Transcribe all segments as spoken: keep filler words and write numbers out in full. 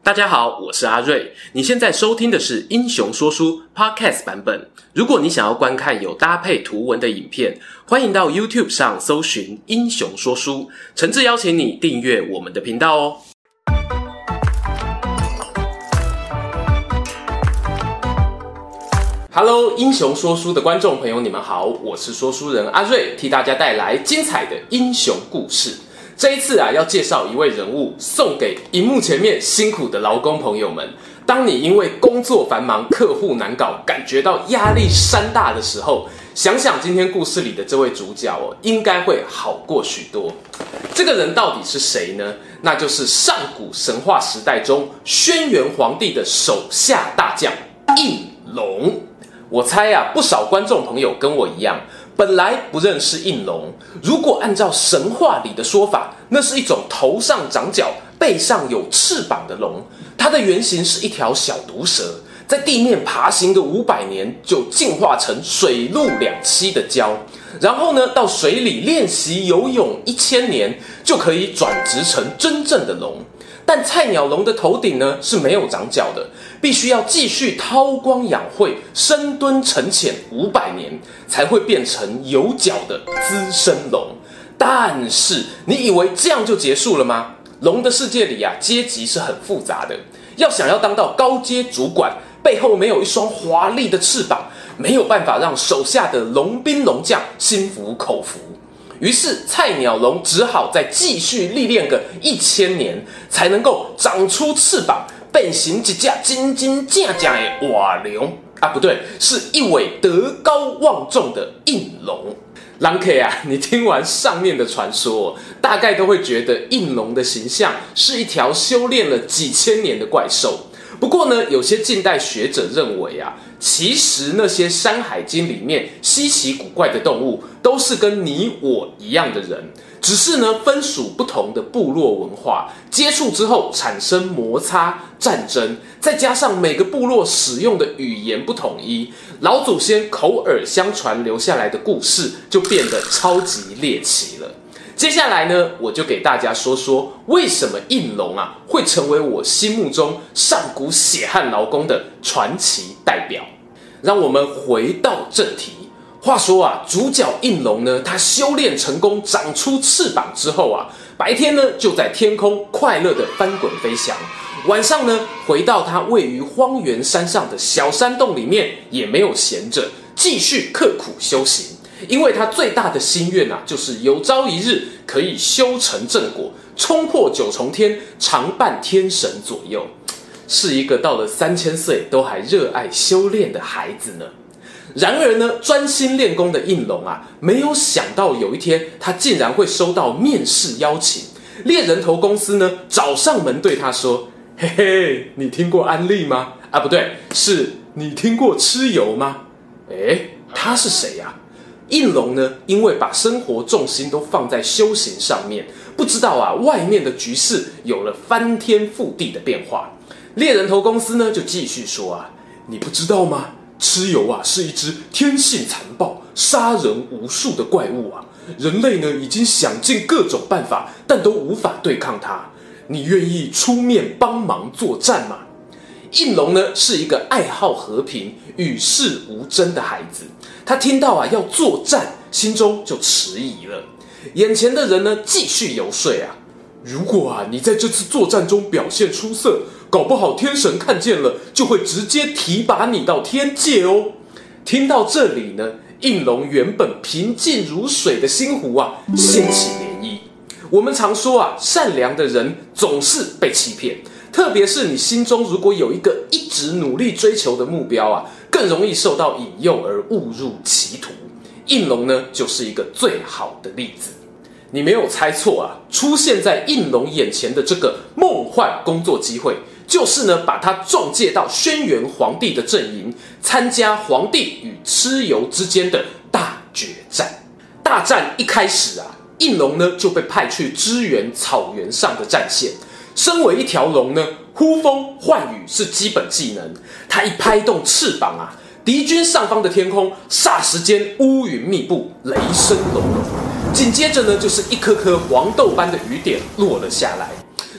大家好，我是阿瑞。你现在收听的是英雄说书 Podcast 版本。如果你想要观看有搭配图文的影片，欢迎到 YouTube 上搜寻英雄说书，诚挚邀请你订阅我们的频道哦。Hello， 英雄说书的观众朋友，你们好，我是说书人阿瑞，替大家带来精彩的英雄故事。这一次啊，要介绍一位人物，送给荧幕前面辛苦的劳工朋友们。当你因为工作繁忙、客户难搞，感觉到压力山大的时候，想想今天故事里的这位主角哦，应该会好过许多。这个人到底是谁呢？那就是上古神话时代中轩辕皇帝的手下大将应龙。我猜啊，不少观众朋友跟我一样，本来不认识应龙。如果按照神话里的说法，那是一种头上长角、背上有翅膀的龙。它的原型是一条小毒蛇，在地面爬行个五百年，就进化成水陆两栖的蛟。然后呢，到水里练习游泳一千年，就可以转职成真正的龙。但菜鸟龙的头顶呢是没有长角的，必须要继续韬光养晦、深蹲沉潜五百年，才会变成有角的资深龙。但是，你以为这样就结束了吗？龙的世界里啊，阶级是很复杂的。要想要当到高阶主管，背后没有一双华丽的翅膀，没有办法让手下的龙兵龙将心服口服。于是菜鸟龙只好再继续历练个一千年，才能够长出翅膀，变成一只真真正正的活龙啊，不对，是一尾德高望重的应龙。狼 K 啊，你听完上面的传说，大概都会觉得应龙的形象是一条修炼了几千年的怪兽。不过呢，有些近代学者认为啊，其实那些《山海经》里面稀奇古怪的动物，都是跟你我一样的人，只是呢分属不同的部落文化，接触之后产生摩擦、战争，再加上每个部落使用的语言不统一，老祖先口耳相传留下来的故事就变得超级猎奇了。接下来呢，我就给大家说说为什么应龙啊会成为我心目中上古血汗劳工的传奇代表。让我们回到正题。话说啊，主角应龙呢，他修炼成功，长出翅膀之后啊，白天呢就在天空快乐的翻滚飞翔，晚上呢回到他位于荒原山上的小山洞里面，也没有闲着，继续刻苦修行。因为他最大的心愿啊，就是有朝一日可以修成正果，冲破九重天，常伴天神左右，是一个到了三千岁都还热爱修炼的孩子呢。然而呢，专心练功的应龙啊，没有想到有一天他竟然会收到面试邀请。猎人头公司呢找上门对他说：“嘿嘿，你听过安利吗？啊，不对，是你听过蚩尤吗？”诶，他是谁啊？应龙呢，因为把生活重心都放在修行上面，不知道啊，外面的局势有了翻天覆地的变化。猎人头公司呢，就继续说啊，你不知道吗？蚩尤啊，是一只天性残暴、杀人无数的怪物啊！人类呢，已经想尽各种办法，但都无法对抗它。你愿意出面帮忙作战吗？应龙呢，是一个爱好和平、与世无争的孩子。他听到啊要作战，心中就迟疑了。眼前的人呢，继续游说啊，如果啊你在这次作战中表现出色，搞不好天神看见了，就会直接提拔你到天界哦。听到这里呢，应龙原本平静如水的心湖啊，掀起涟漪。我们常说啊，善良的人总是被欺骗，特别是你心中如果有一个一直努力追求的目标啊，更容易受到引诱而误入歧途。应龙呢，就是一个最好的例子。你没有猜错啊，出现在应龙眼前的这个梦幻工作机会，就是呢把他撞介到轩辕皇帝的阵营，参加皇帝与蚩尤之间的大决战。大战一开始啊，应龙呢就被派去支援草原上的战线。身为一条龙呢，呼风唤雨是基本技能。他一拍动翅膀啊，敌军上方的天空霎时间乌云密布，雷声隆隆。紧接着呢，就是一颗颗黄豆般的雨点落了下来。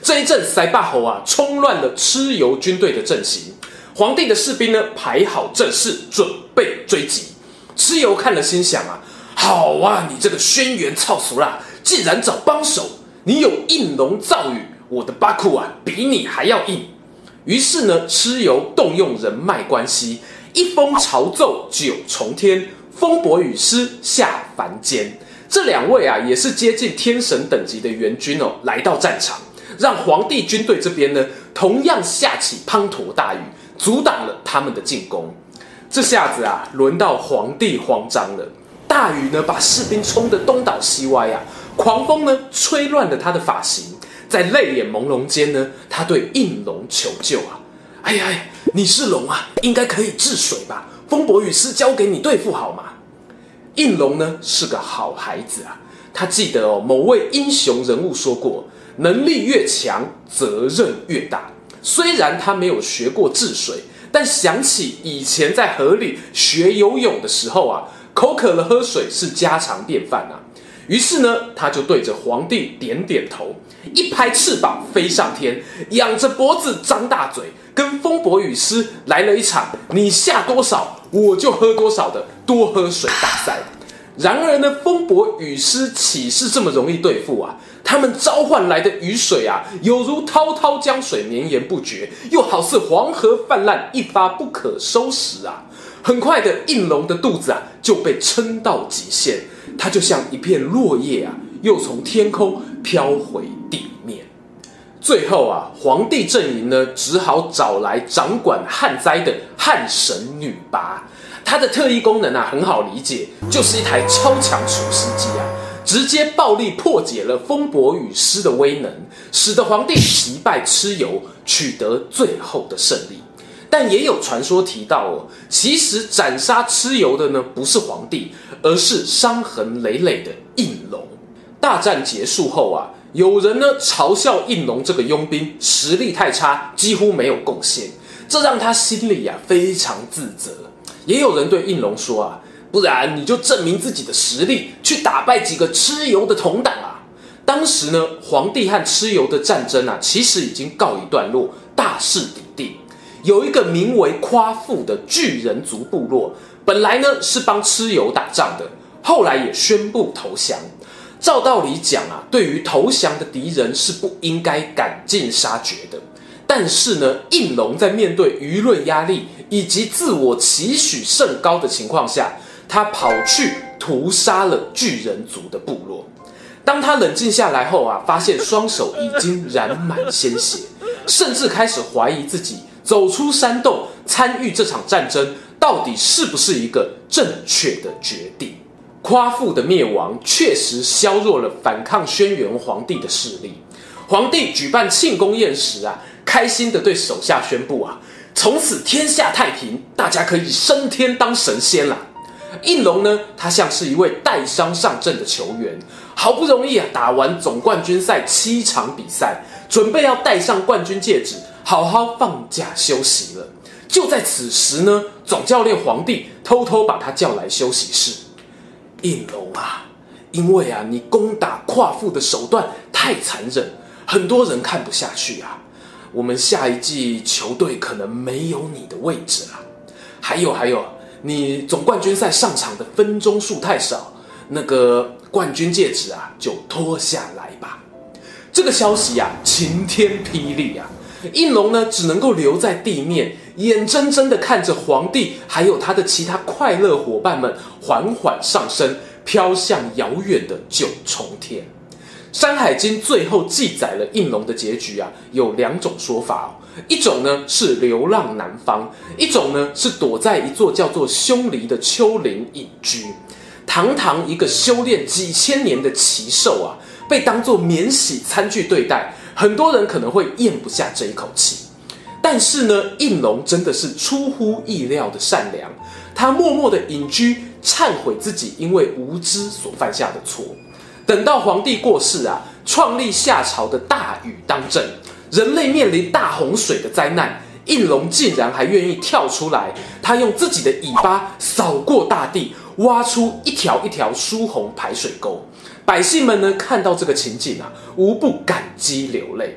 这一阵塞巴侯啊，冲乱了蚩尤军队的阵型。皇帝的士兵呢，排好阵势，准备追击。蚩尤看了，心想啊，好啊，你这个轩辕操俗啦，竟然找帮手！你有应龙造语，我的巴库啊，比你还要硬。于是呢，蚩尤动用人脉关系，一封朝奏九重天，风伯与师下凡间。这两位啊，也是接近天神等级的援军哦，来到战场，让皇帝军队这边呢，同样下起滂沱大雨，阻挡了他们的进攻。这下子啊，轮到皇帝慌张了。大雨呢，把士兵冲得东倒西歪啊，狂风呢，吹乱了他的发型。在泪眼朦胧间呢，他对应龙求救啊！哎呀，你是龙啊，应该可以治水吧？风伯与师交给你对付好吗？应龙呢是个好孩子啊，他记得哦，某位英雄人物说过，能力越强，责任越大。虽然他没有学过治水，但想起以前在河里学游泳的时候啊，口渴了喝水是家常便饭啊。于是呢，他就对着皇帝点点头，一拍翅膀飞上天，仰着脖子张大嘴，跟风伯与师来了一场你下多少我就喝多少的多喝水大赛。然而呢，风伯与师岂是这么容易对付啊？他们召唤来的雨水啊，有如滔滔江水绵延不绝，又好似黄河泛滥，一发不可收拾啊！很快的，应龙的肚子啊就被撑到极限，它就像一片落叶啊，又从天空飘回地面。最后啊，皇帝阵营呢只好找来掌管旱灾的旱神女魃，她的特异功能啊很好理解，就是一台超强除湿机啊，直接暴力破解了风伯与师的威能，使得皇帝击败蚩尤，取得最后的胜利。但也有传说提到哦，其实斩杀蚩尤的呢不是皇帝，而是伤痕累累的应龙。大战结束后啊，有人呢嘲笑应龙这个佣兵实力太差，几乎没有贡献，这让他心里啊非常自责。也有人对应龙说啊，不然你就证明自己的实力，去打败几个蚩尤的同党啊。当时呢，皇帝和蚩尤的战争啊，其实已经告一段落，大势已定。有一个名为夸父的巨人族部落，本来呢是帮蚩尤打仗的，后来也宣布投降。照道理讲啊，对于投降的敌人是不应该赶尽杀绝的。但是呢，应龙在面对舆论压力以及自我期许甚高的情况下，他跑去屠杀了巨人族的部落。当他冷静下来后啊，发现双手已经染满鲜血，甚至开始怀疑自己走出山洞参与这场战争到底是不是一个正确的决定。夸父的灭亡确实削弱了反抗轩辕皇帝的势力。皇帝举办庆功宴时啊，开心地对手下宣布啊，从此天下太平，大家可以升天当神仙啦。应龙呢，他像是一位带伤上阵的球员，好不容易啊打完总冠军赛七场比赛，准备要戴上冠军戒指，好好放假休息了。就在此时呢，总教练皇帝偷偷把他叫来休息室。应龙啊，因为啊你攻打夸父的手段太残忍，很多人看不下去啊。我们下一季球队可能没有你的位置啦。还有还有，你总冠军赛上场的分钟数太少，那个冠军戒指啊就脱下来吧。这个消息啊晴天霹雳啊，应龙呢只能够留在地面，眼睁睁地看着皇帝还有他的其他快乐伙伴们缓缓上升，飘向遥远的九重天。山海经最后记载了应龙的结局啊，有两种说法哦。一种呢是流浪南方，一种呢是躲在一座叫做凶离的丘陵隐居。堂堂一个修炼几千年的奇兽啊，被当作免洗餐具对待，很多人可能会咽不下这一口气。但是呢，应龙真的是出乎意料的善良，他默默的隐居，忏悔自己因为无知所犯下的错。等到皇帝过世啊，创立夏朝的大禹当政，人类面临大洪水的灾难，应龙竟然还愿意跳出来，他用自己的尾巴扫过大地，挖出一条一条疏洪排水沟。百姓们呢看到这个情景啊，无不感激流泪。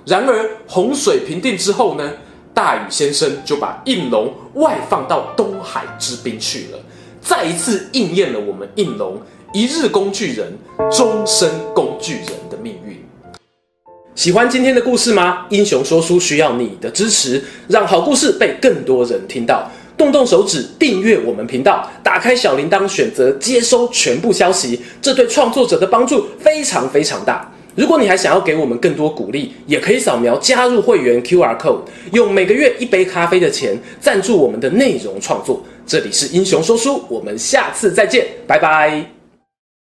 然而洪水平定之后呢，大禹先生就把应龙外放到东海之滨去了，再一次应验了我们应龙一日工具人，终身工具人的命运。喜欢今天的故事吗？英雄说书需要你的支持，让好故事被更多人听到。动动手指订阅我们频道，打开小铃铛，选择接收全部消息，这对创作者的帮助非常非常大。如果你还想要给我们更多鼓励，也可以扫描加入会员 Q R code， 用每个月一杯咖啡的钱赞助我们的内容创作。这里是英雄说书，我们下次再见，拜拜。